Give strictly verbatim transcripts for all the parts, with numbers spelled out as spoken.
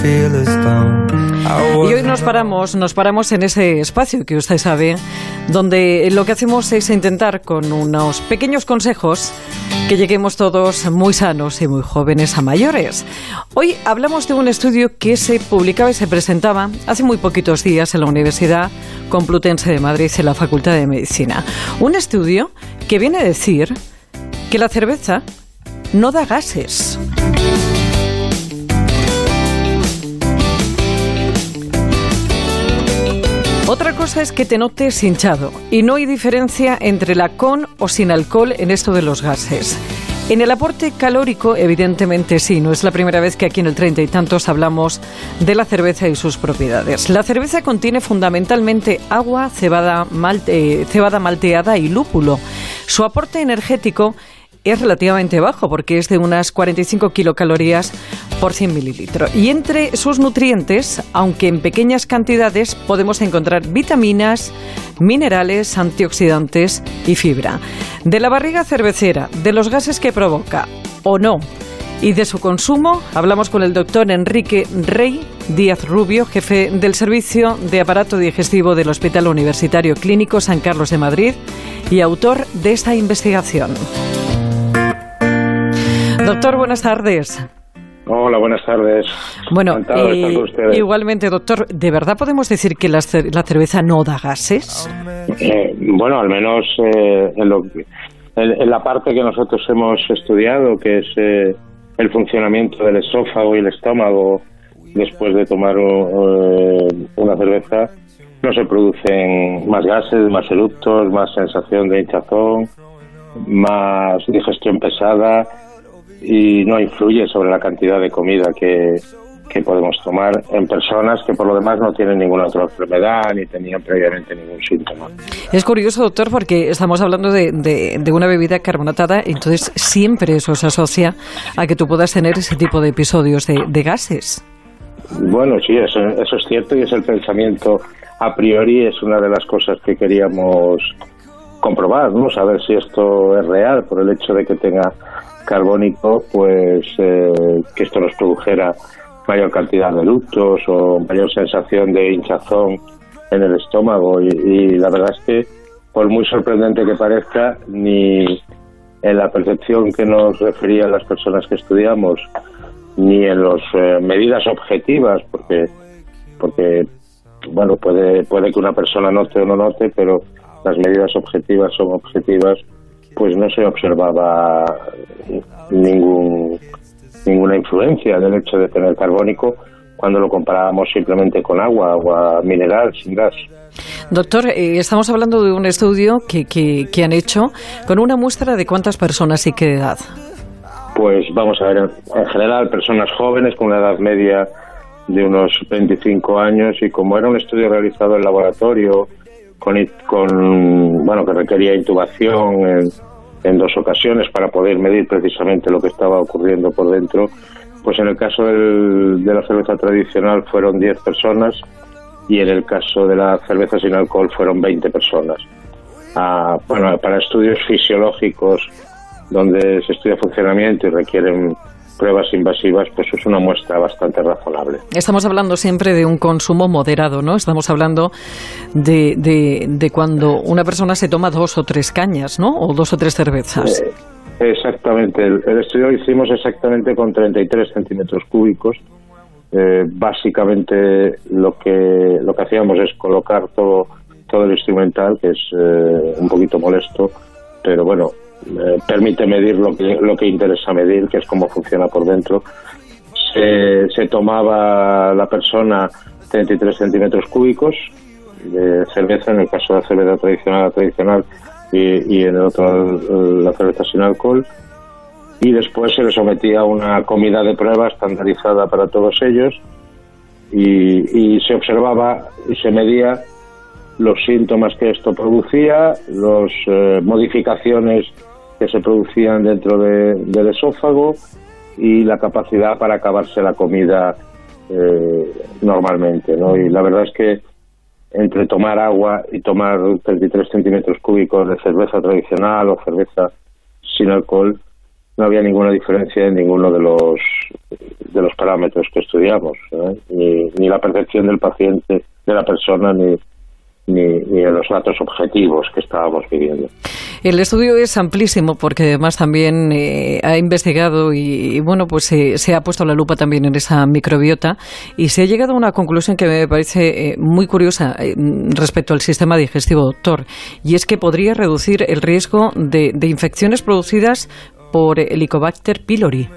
Y hoy nos paramos, nos paramos en ese espacio que usted sabe, donde lo que hacemos es intentar con unos pequeños consejos que lleguemos todos muy sanos y muy jóvenes a mayores. Hoy hablamos de un estudio que se publicaba y se presentaba hace muy poquitos días en la Universidad Complutense de Madrid, en la Facultad de Medicina. Un estudio que viene a decir que la cerveza no da gases. Otra cosa es que te notes hinchado y no hay diferencia entre la con o sin alcohol en esto de los gases. En el aporte calórico, evidentemente sí, no es la primera vez que aquí en el Treinta y Tantos hablamos de la cerveza y sus propiedades. La cerveza contiene fundamentalmente agua, cebada, malte, cebada malteada y lúpulo. Su aporte energético es relativamente bajo porque es de unas cuarenta y cinco kilocalorías por cien mililitros. Y entre sus nutrientes, aunque en pequeñas cantidades, podemos encontrar vitaminas, minerales, antioxidantes y fibra. De la barriga cervecera, de los gases que provoca o no, y de su consumo, hablamos con el doctor Enrique Rey Díaz Rubio, jefe del Servicio de Aparato Digestivo del Hospital Universitario Clínico San Carlos de Madrid y autor de esta investigación. Doctor, buenas tardes. Hola, buenas tardes. Bueno, eh, igualmente, doctor, ¿de verdad podemos decir que la, cer- la cerveza no da gases? Eh, bueno, al menos eh, en, lo, en, en la parte que nosotros hemos estudiado, que es eh, el funcionamiento del esófago y el estómago después de tomar uh, una cerveza, no se producen más gases, más eructos, más sensación de hinchazón, más digestión pesada, y no influye sobre la cantidad de comida que, que podemos tomar en personas que por lo demás no tienen ninguna otra enfermedad ni tenían previamente ningún síntoma. Es curioso, doctor, porque estamos hablando de, de, de una bebida carbonatada, entonces siempre eso se asocia a que tú puedas tener ese tipo de episodios de, de gases. Bueno, sí, eso, eso es cierto y es el pensamiento a priori, es una de las cosas que queríamos comprobar, ¿no? Saber si esto es real por el hecho de que tenga carbónico, pues eh, que esto nos produjera mayor cantidad de eructos o mayor sensación de hinchazón en el estómago y, y la verdad es que por muy sorprendente que parezca, ni en la percepción que nos referían las personas que estudiamos ni en las eh, medidas objetivas, porque porque bueno, puede puede que una persona note o no note, pero las medidas objetivas son objetivas, pues no se observaba ningún, ninguna influencia del hecho de tener carbónico cuando lo comparábamos simplemente con agua, agua mineral, sin gas. Doctor, eh, estamos hablando de un estudio que, que, que han hecho con una muestra de cuántas personas y qué edad. Pues vamos a ver, en general personas jóvenes con una edad media de unos veinticinco años y como era un estudio realizado en laboratorio, Con, con bueno que requería intubación en, en dos ocasiones para poder medir precisamente lo que estaba ocurriendo por dentro, pues en el caso del, de la cerveza tradicional fueron diez personas y en el caso de la cerveza sin alcohol fueron veinte personas. Ah, bueno, para estudios fisiológicos donde se estudia funcionamiento y requieren pruebas invasivas, pues es una muestra bastante razonable. Estamos hablando siempre de un consumo moderado, ¿no? Estamos hablando de, de, de cuando una persona se toma dos o tres cañas, ¿no? O dos o tres cervezas. Eh, exactamente. El, el estudio lo hicimos exactamente con treinta y tres centímetros cúbicos. Eh, básicamente lo que lo que hacíamos es colocar todo todo el instrumental, que es eh, un poquito molesto, pero bueno, Eh, permite medir lo que lo que interesa medir, que es cómo funciona por dentro. Se, se tomaba la persona treinta y tres centímetros cúbicos de cerveza, en el caso de la cerveza tradicional, la tradicional y, y en el otro la cerveza sin alcohol, y después se le sometía a una comida de prueba estandarizada para todos ellos y, y se observaba y se medía los síntomas que esto producía, las eh, modificaciones que se producían dentro de, del esófago y la capacidad para acabarse la comida eh, normalmente, ¿no? Y la verdad es que entre tomar agua y tomar treinta y tres centímetros cúbicos de cerveza tradicional o cerveza sin alcohol, no había ninguna diferencia en ninguno de los de los parámetros que estudiamos, ¿eh? ni, ni la percepción del paciente, de la persona, ni Ni, ni en los datos objetivos que estábamos viviendo. El estudio es amplísimo porque además también eh, ha investigado y, y bueno, pues eh, se ha puesto la lupa también en esa microbiota y se ha llegado a una conclusión que me parece eh, muy curiosa eh, respecto al sistema digestivo, doctor, y es que podría reducir el riesgo de, de infecciones producidas por Helicobacter pylori.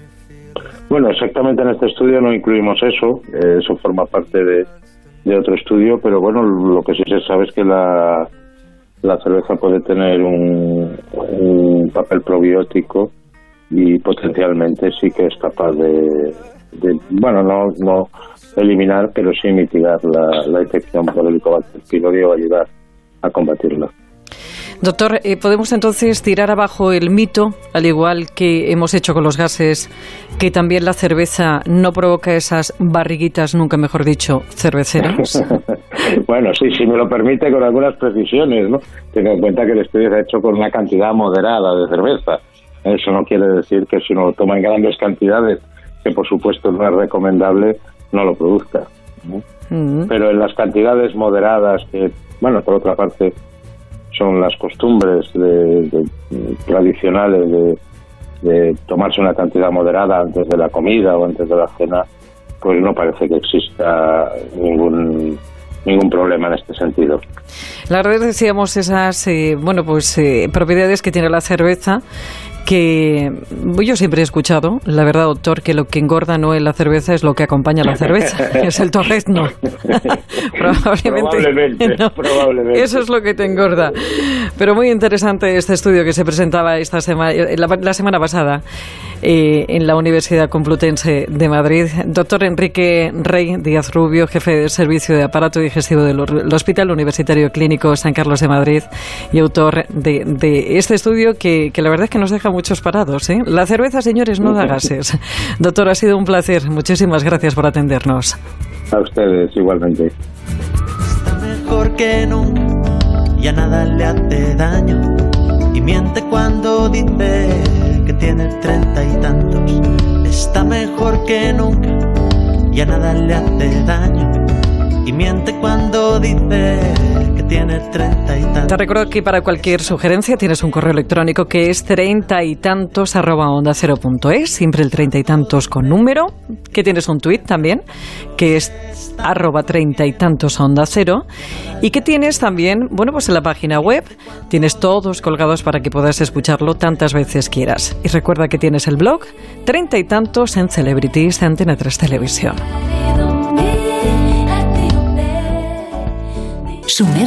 Bueno, exactamente en este estudio no incluimos eso, eh, eso forma parte de de otro estudio, pero bueno, lo que sí se sabe es que la, la cerveza puede tener un, un papel probiótico y potencialmente sí que es capaz de, de bueno, no, no eliminar, pero sí mitigar la, la infección por el Helicobacter pylori o ayudar a combatirla. Doctor, eh, ¿podemos entonces tirar abajo el mito, al igual que hemos hecho con los gases, que también la cerveza no provoca esas barriguitas, nunca mejor dicho, cerveceras? Bueno, sí, si me lo permite, con algunas precisiones, ¿no? Tenga en cuenta que el estudio se ha hecho con una cantidad moderada de cerveza. Eso no quiere decir que si uno lo toma en grandes cantidades, que por supuesto no es recomendable, no lo produzca, ¿no? Mm. Pero en las cantidades moderadas, que, bueno, por otra parte, son las costumbres de, de, tradicionales de, de tomarse una cantidad moderada antes de la comida o antes de la cena, pues no parece que exista ningún ningún problema en este sentido. La verdad, decíamos esas eh, bueno pues eh, propiedades que tiene la cerveza, que yo siempre he escuchado, la verdad, doctor, que lo que engorda no es la cerveza, es lo que acompaña a la cerveza, es el torrezno. probablemente, probablemente, no, probablemente. Eso es lo que te engorda. Pero muy interesante este estudio que se presentaba esta semana, la, la semana pasada eh, en la Universidad Complutense de Madrid. Doctor Enrique Rey Díaz Rubio, jefe del Servicio de Aparato Digestivo del Hospital Universitario Clínico San Carlos de Madrid y autor de, de este estudio que, que la verdad es que nos deja muchos parados, ¿eh? La cerveza, señores, no da gases. Doctor, ha sido un placer. Muchísimas gracias por atendernos. A ustedes, igualmente. Está mejor que nunca, ya nada le hace daño. Y miente cuando dice que tiene treinta y tantos. Está mejor que nunca, ya nada le hace daño. Y miente cuando dice que tiene treinta y tantos. Te recuerdo que para cualquier sugerencia tienes un correo electrónico que es treinta y tantos arroba onda cero punto es, siempre el treinta y tantos con número, que tienes un tuit también, que es arroba treinta y tantos onda cero, y que tienes también, bueno, pues en la página web, tienes todos colgados para que puedas escucharlo tantas veces quieras. Y recuerda que tienes el blog treinta y tantos en Celebrities de Antena tres Televisión. Sumer